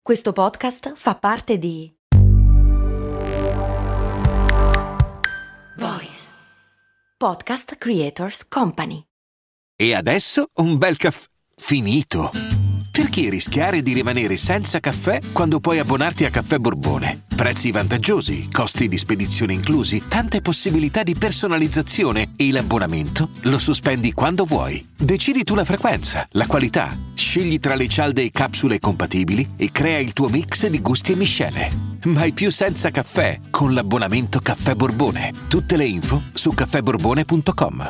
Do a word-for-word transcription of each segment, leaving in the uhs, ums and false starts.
Questo podcast fa parte di Voice Podcast Creators Company. E adesso un bel caffè finito. Perché rischiare di rimanere senza caffè quando puoi abbonarti a Caffè Borbone? Prezzi vantaggiosi, costi di spedizione inclusi, tante possibilità di personalizzazione e l'abbonamento lo sospendi quando vuoi. Decidi tu la frequenza, la qualità, scegli tra le cialde e capsule compatibili e crea il tuo mix di gusti e miscele. Mai più senza caffè con l'abbonamento Caffè Borbone. Tutte le info su caffè borbone punto com.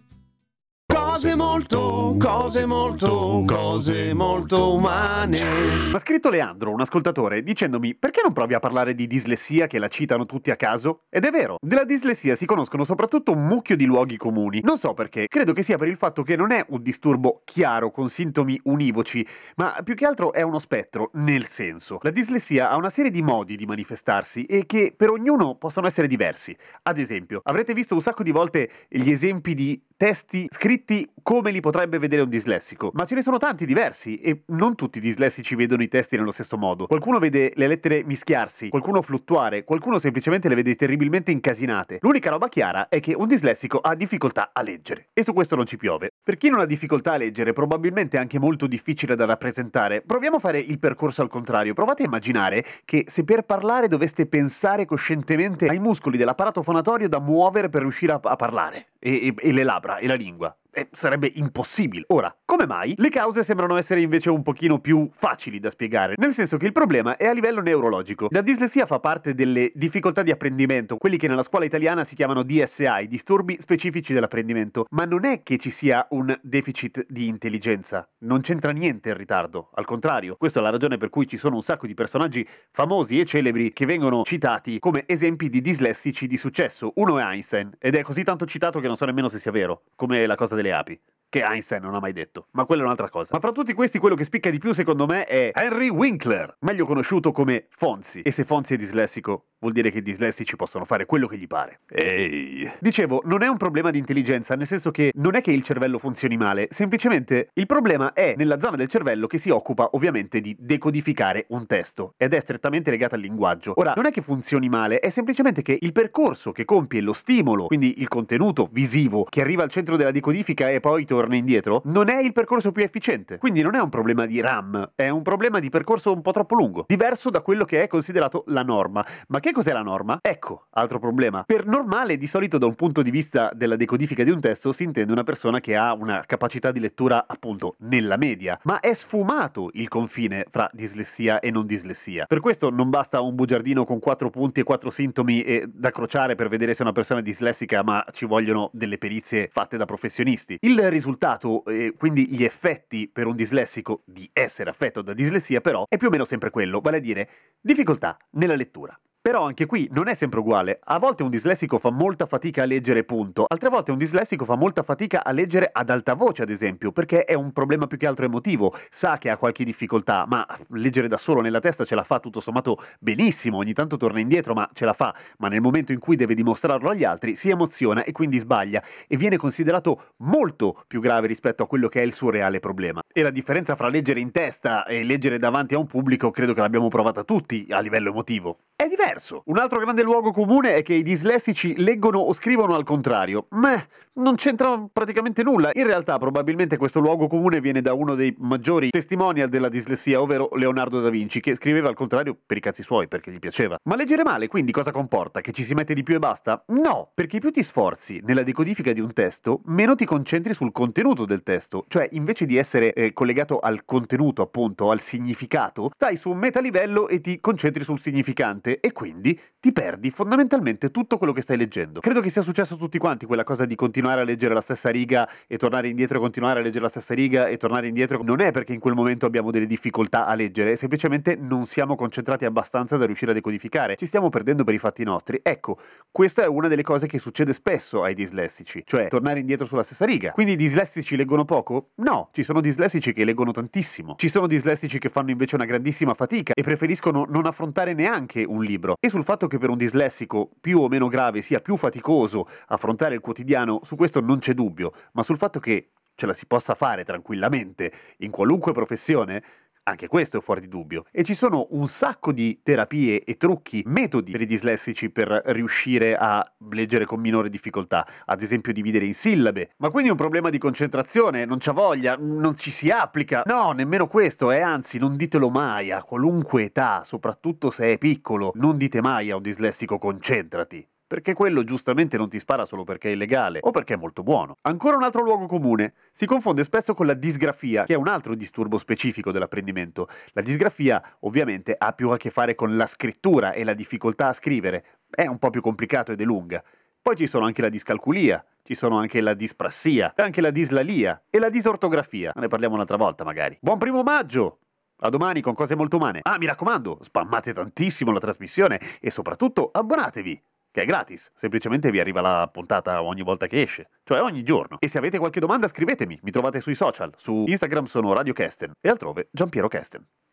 Cose molto, cose molto, cose molto umane. Mi ha scritto Leandro, un ascoltatore, dicendomi: perché non provi a parlare di dislessia, che la citano tutti a caso? Ed è vero, della dislessia si conoscono soprattutto un mucchio di luoghi comuni. Non so perché, credo che sia per il fatto che non è un disturbo chiaro con sintomi univoci, ma più che altro è uno spettro, nel senso. La dislessia ha una serie di modi di manifestarsi e che per ognuno possono essere diversi. Ad esempio, avrete visto un sacco di volte gli esempi di testi scritti come li potrebbe vedere un dislessico, ma ce ne sono tanti diversi e non tutti i dislessici vedono i testi nello stesso modo. Qualcuno vede le lettere mischiarsi, qualcuno fluttuare, qualcuno semplicemente le vede terribilmente incasinate. L'unica roba chiara è che un dislessico ha difficoltà a leggere e su questo non ci piove. Per chi non ha difficoltà a leggere, probabilmente è anche molto difficile da rappresentare. Proviamo a fare il percorso al contrario. Provate a immaginare che se per parlare doveste pensare coscientemente ai muscoli dell'apparato fonatorio da muovere per riuscire a, a parlare e, e, e le labbra e la lingua. Eh, sarebbe impossibile. Ora, come mai? Le cause sembrano essere invece un pochino più facili da spiegare, nel senso che il problema è a livello neurologico. La dislessia fa parte delle difficoltà di apprendimento, quelli che nella scuola italiana si chiamano D S I, disturbi specifici dell'apprendimento, ma non è che ci sia un deficit di intelligenza, non c'entra niente il ritardo, al contrario. Questa è la ragione per cui ci sono un sacco di personaggi famosi e celebri che vengono citati come esempi di dislessici di successo. Uno è Einstein, ed è così tanto citato che non so nemmeno se sia vero, come la cosa delle api, che Einstein non ha mai detto, ma quella è un'altra cosa. Ma fra tutti questi quello che spicca di più secondo me è Henry Winkler, meglio conosciuto come Fonzi. E se Fonzi è dislessico, vuol dire che i dislessici possono fare quello che gli pare. Ehi. Dicevo, non è un problema di intelligenza, nel senso che non è che il cervello funzioni male, semplicemente il problema è nella zona del cervello che si occupa ovviamente di decodificare un testo ed è strettamente legata al linguaggio. Ora, non è che funzioni male, è semplicemente che il percorso che compie lo stimolo, quindi il contenuto visivo che arriva al centro della decodifica e poi torna indietro, non è il percorso più efficiente. Quindi non è un problema di RAM, è un problema di percorso un po' troppo lungo, diverso da quello che è considerato la norma. Ma che cos'è la norma? Ecco, altro problema. Per normale, di solito da un punto di vista della decodifica di un testo, si intende una persona che ha una capacità di lettura appunto nella media, ma è sfumato il confine fra dislessia e non dislessia. Per questo non basta un bugiardino con quattro punti e quattro sintomi e da crociare per vedere se una persona è dislessica, ma ci vogliono delle perizie fatte da professionisti. Il risultato, e quindi gli effetti per un dislessico di essere affetto da dislessia, però è più o meno sempre quello, vale a dire difficoltà nella lettura. Però anche qui non è sempre uguale. A volte un dislessico fa molta fatica a leggere punto, altre volte un dislessico fa molta fatica a leggere ad alta voce, ad esempio, perché è un problema più che altro emotivo. Sa che ha qualche difficoltà, ma leggere da solo nella testa ce la fa tutto sommato benissimo, ogni tanto torna indietro, ma ce la fa. Ma nel momento in cui deve dimostrarlo agli altri si emoziona e quindi sbaglia e viene considerato molto più grave rispetto a quello che è il suo reale problema. E la differenza fra leggere in testa e leggere davanti a un pubblico credo che l'abbiamo provata tutti a livello emotivo. È diverso. Un altro grande luogo comune è che i dislessici leggono o scrivono al contrario. Ma non c'entra praticamente nulla. In realtà probabilmente questo luogo comune viene da uno dei maggiori testimonial della dislessia, ovvero Leonardo da Vinci, che scriveva al contrario per i cazzi suoi, perché gli piaceva. Ma leggere male quindi cosa comporta? Che ci si mette di più e basta? No, perché più ti sforzi nella decodifica di un testo, meno ti concentri sul contenuto del testo. Cioè, invece di essere eh, collegato al contenuto, appunto, al significato, stai su un metalivello e ti concentri sul significante. E quindi ti perdi fondamentalmente tutto quello che stai leggendo. Credo che sia successo a tutti quanti quella cosa di continuare a leggere la stessa riga e tornare indietro, continuare a leggere la stessa riga e tornare indietro. Non è perché in quel momento abbiamo delle difficoltà a leggere, è semplicemente non siamo concentrati abbastanza da riuscire a decodificare. Ci stiamo perdendo per i fatti nostri. Ecco, questa è una delle cose che succede spesso ai dislessici, cioè tornare indietro sulla stessa riga. Quindi i dislessici leggono poco? No, ci sono dislessici che leggono tantissimo. Ci sono dislessici che fanno invece una grandissima fatica e preferiscono non affrontare neanche un libro. E sul fatto che per un dislessico più o meno grave sia più faticoso affrontare il quotidiano, su questo non c'è dubbio, ma sul fatto che ce la si possa fare tranquillamente in qualunque professione, Anche questo è fuori di dubbio. E ci sono un sacco di terapie e trucchi, metodi per i dislessici per riuscire a leggere con minore difficoltà, ad esempio dividere in sillabe. Ma quindi è un problema di concentrazione, non c'ha voglia, non ci si applica? No, nemmeno questo, e anzi non ditelo mai a qualunque età, soprattutto se è piccolo, non dite mai a un dislessico concentrati. Perché quello giustamente non ti spara solo perché è illegale o perché è molto buono. Ancora un altro luogo comune. Si confonde spesso con la disgrafia, che è un altro disturbo specifico dell'apprendimento. La disgrafia ovviamente ha più a che fare con la scrittura e la difficoltà a scrivere. È un po' più complicato ed è lunga. Poi ci sono anche la discalculia, ci sono anche la disprassia, anche la dislalia e la disortografia. Ne parliamo un'altra volta magari. Buon primo maggio! A domani con cose molto umane. Ah, mi raccomando, spammate tantissimo la trasmissione e soprattutto abbonatevi, che è gratis, semplicemente vi arriva la puntata ogni volta che esce, cioè ogni giorno. E se avete qualche domanda scrivetemi, mi trovate sui social, su Instagram sono Radio Kesten e altrove Giampiero Kesten.